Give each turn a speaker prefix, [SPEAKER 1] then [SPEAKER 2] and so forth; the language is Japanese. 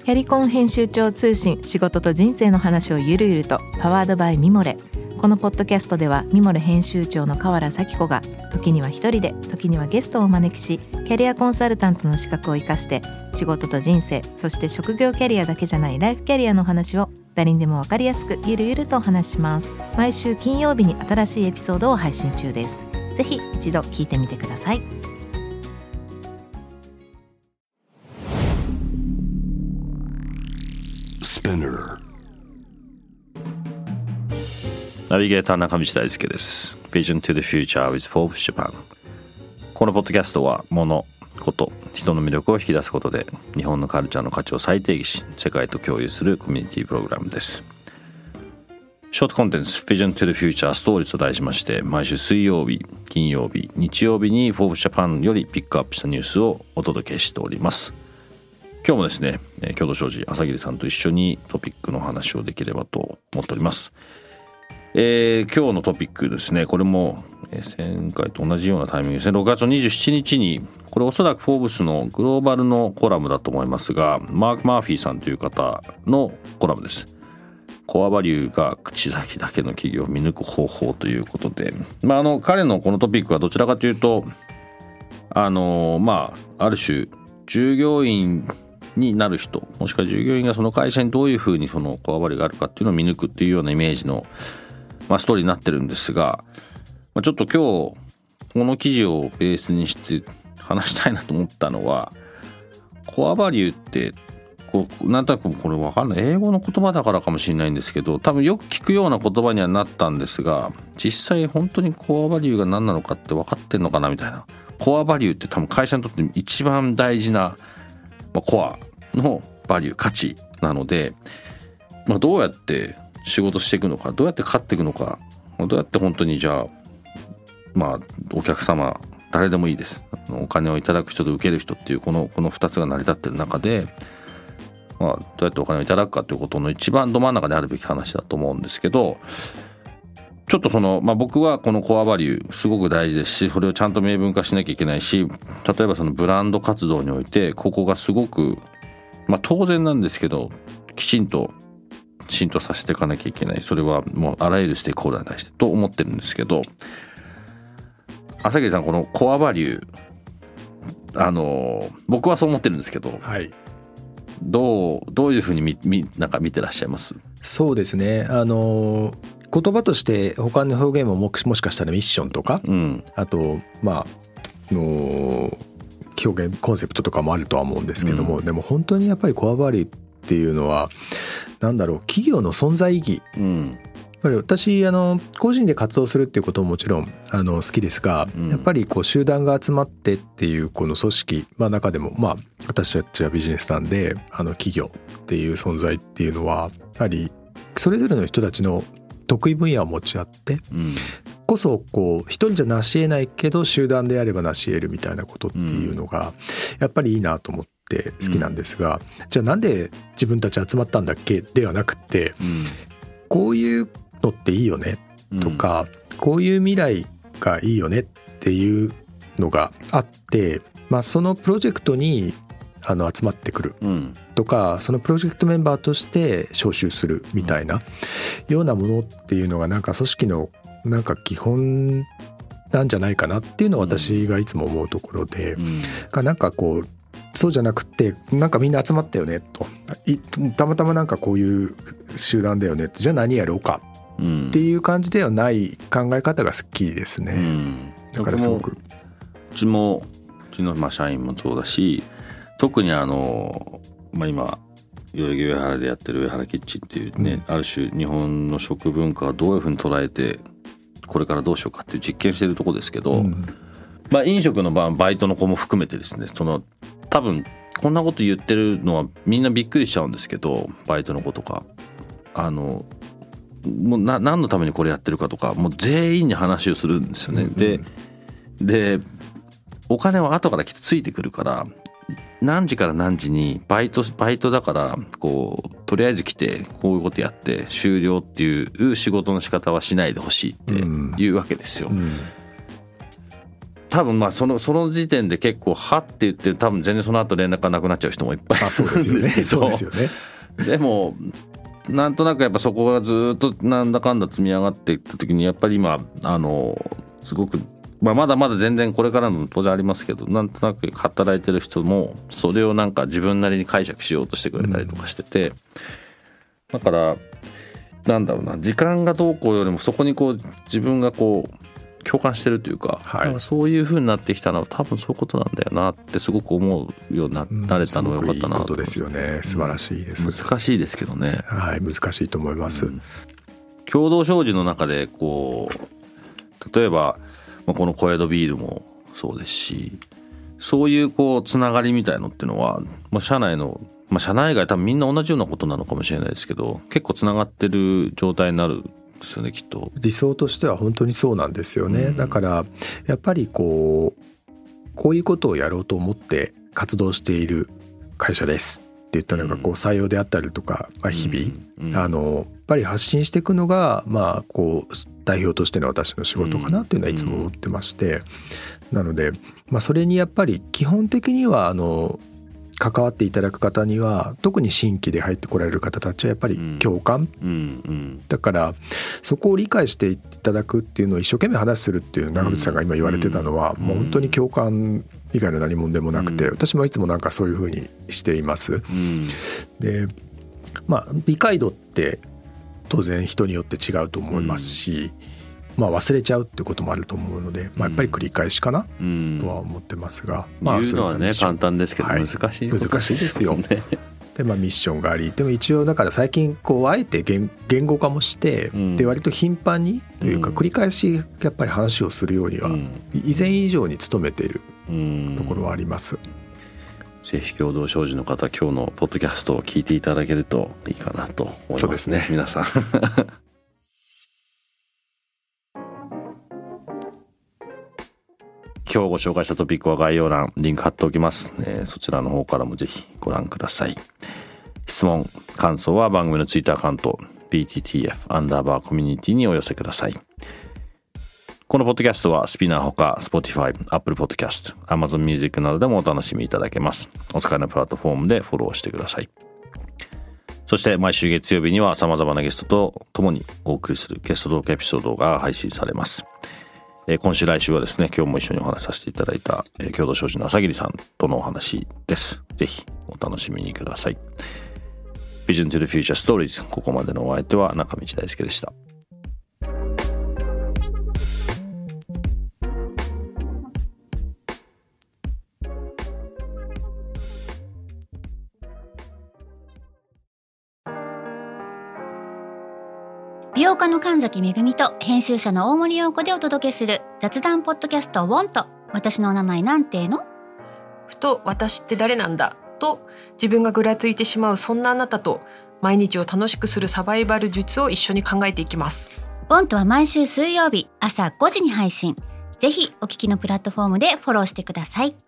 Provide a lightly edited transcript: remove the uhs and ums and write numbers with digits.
[SPEAKER 1] キャリコン編集長通信、仕事と人生の話をゆるゆると、パワードバイミモレ。このポッドキャストではミモレ編集長の河原咲子が時には一人で、時にはゲストをお招きし、キャリアコンサルタントの資格を生かして仕事と人生、そして職業キャリアだけじゃないライフキャリアの話を誰にでも分かりやすくゆるゆるとお話します。毎週金曜日に新しいエピソードを配信中です。ぜひ一度聞いてみてください。
[SPEAKER 2] ナビゲーター中道大輔です。 Vision to the Future with Forbes Japan。 このポッドキャストは物、こと、人の魅力を引き出すことで日本のカルチャーの価値を再定義し、世界と共有するコミュニティプログラムです。ショートコンテンツ Vision to the Future Stories と題しまして、毎週水曜日、金曜日、日曜日に Forbes Japan よりピックアップしたニュースをお届けしております。今日もですね、共同商事朝霧さんと一緒にトピックの話をできればと思っております。今日のトピックですね、これも前回と同じようなタイミングですね。6月27日に、これおそらくフォーブスのグローバルのコラムだと思いますが、マーク・マーフィーさんという方のコラムです。コアバリューが口先だけの企業を見抜く方法ということで、彼のこのトピックはどちらかというとある種従業員になる人、もしくは従業員がその会社にどういうふうにそのコアバリューがあるかっていうのを見抜くっていうようなイメージのストーリーになってるんですが、ちょっと今日この記事をベースにして話したいなと思ったのは、コアバリューってなんとなくこれ分かんない、英語の言葉だからかもしれないんですけど、多分よく聞くような言葉にはなったんですが、実際本当にコアバリューが何なのかって分かってんのかなみたいな。コアバリューって多分会社にとって一番大事な、コアのバリュー、価値なので、どうやって仕事していくのか、どうやって勝っていくのか、どうやって本当にじゃあお客様誰でもいいです、お金をいただく人と受ける人っていうこの2つが成り立ってる中で、どうやってお金をいただくかということの一番ど真ん中であるべき話だと思うんですけど、ちょっと僕はこのコアバリューすごく大事ですし、それをちゃんと明文化しなきゃいけないし、例えばそのブランド活動においてここがすごく当然なんですけど、きちんと浸透させていかなきゃいけない。それはもうあらゆるステークホルダーに対してと思ってるんですけど、朝霧さん、このコアバリュー、僕はそう思ってるんですけど、
[SPEAKER 3] はい、
[SPEAKER 2] どういうふうになんか見てらっしゃいます？そうですね、
[SPEAKER 3] 言葉として他の表現ももしかしたらミッションとか、あと表現コンセプトとかもあるとは思うんですけども、でも本当にやっぱりコアバリューっていうのは企業の存在意義、やっぱり私個人で活動するっていうことももちろん好きですが、やっぱり集団が集まってっていうこの組織、中でも私たちはビジネスなんで企業っていう存在っていうのはやはりそれぞれの人たちの得意分野を持ち合って、こそ一人じゃ成し得ないけど集団であれば成し得るみたいなことっていうのがやっぱりいいなと思って好きなんですが、じゃあなんで自分たち集まったんだっけではなくて、こういうのっていいよねとか、こういう未来がいいよねっていうのがあって、そのプロジェクトに集まってくるとか、そのプロジェクトメンバーとして招集するみたいなようなものっていうのが組織の基本なんじゃないかなっていうのは私がいつも思うところで、そうじゃなくてみんな集まったよねと、たまたまこういう集団だよねって、じゃあ何やろうかっていう感じではない考え方が好きですね。だからすごく
[SPEAKER 2] うちの社員もそうだし、特に今代々木上原でやってる上原キッチンっていうね、ある種日本の食文化をどういうふうに捉えてこれからどうしようかっていう実験してるところですけど、飲食のバイトの子も含めてですね、多分こんなこと言ってるのはみんなびっくりしちゃうんですけど、バイトの子とかもう何のためにこれやってるかとか、もう全員に話をするんですよね。でお金は後からきっとついてくるから、何時から何時にバイトだからとりあえず来てこういうことやって終了っていう仕事の仕方はしないでほしいっていうわけですよ。 多分その時点で結構はって言って多分全然その後連絡がなくなっちゃう人もいっぱいいるんですけど、
[SPEAKER 3] そうですよね。そうですよね。
[SPEAKER 2] でもなんとなくやっぱそこがずっとなんだかんだ積み上がっていった時にやっぱり今すごく、まだまだ全然これからの当然ありますけど、なんとなく働いてる人もそれをなんか自分なりに解釈しようとしてくれたりとかしてて、だからなんだろうな、時間がどうこうよりもそこにこう自分がこう共感してるというか、なんかそういう風になってきたのは多分そういうことなんだよなってすごく思うようになれたのがよかったなと。
[SPEAKER 3] すごくいいことですよね。素晴らしいです。
[SPEAKER 2] 難しいですけどね。
[SPEAKER 3] はい、難しいと思います。
[SPEAKER 2] 共同商事の中でこう例えばこの小江戸ビールもそうですし、そういうこうつながりみたいのっていうのは、社内の社内外多分みんな同じようなことなのかもしれないですけど、結構つながってる状態になるんですよね、きっと。
[SPEAKER 3] 理想としては本当にそうなんですよね。だからやっぱりこういうことをやろうと思って活動している会社ですって言ったのがこう採用であったりとか、日々やっぱり発信していくのがこう代表としての私の仕事かなっていうのはいつも思ってまして、なのでそれにやっぱり基本的には関わっていただく方には、特に新規で入ってこられる方たちはやっぱり共感、だからそこを理解していただくっていうのを一生懸命話するっていう長渕さんが今言われてたのは、もう本当に共感以外の何もでもなくて、私もいつもなんかそういうふうにしています。で理解度って当然人によって違うと思いますし、忘れちゃうってこともあると思うので、やっぱり繰り返しかなとは思ってますが、
[SPEAKER 2] 言うのはね簡単ですけど難しい
[SPEAKER 3] ですよね。でミッションがあり、でも一応だから最近あえて言語化もして、で割と頻繁にというか繰り返しやっぱり話をするようには以前以上に努めているところはあります。
[SPEAKER 2] ぜひ共同商事の方、今日のポッドキャストを聞いていただけるといいかなと思いますね。そうですね、皆さん今日ご紹介したトピックは概要欄リンク貼っておきます、そちらの方からもぜひご覧ください。質問感想は番組のツイッターアカウント BTTF_community にお寄せください。このポッドキャストはスピナーほか Spotify、Apple Podcast、Amazon Music などでもお楽しみいただけます。お使いのプラットフォームでフォローしてください。そして毎週月曜日には様々なゲストと共にお送りするゲストトークエピソードが配信されます。今週来週はですね、今日も一緒にお話しさせていただいた共同商事の朝霧さんとのお話です。ぜひお楽しみにください。Vision to the Future Stories、 ここまでのお相手は中道大輔でした。
[SPEAKER 4] 美容家の神崎めぐみと編集者の大森洋子でお届けする雑談ポッドキャストWANT。私のお名前なんての？
[SPEAKER 5] ふと私って誰なんだと自分がぐらついてしまう、そんなあなたと毎日を楽しくするサバイバル術を一緒に考えていきます。
[SPEAKER 4] WANTは毎週水曜日朝5時に配信。ぜひお聞きのプラットフォームでフォローしてください。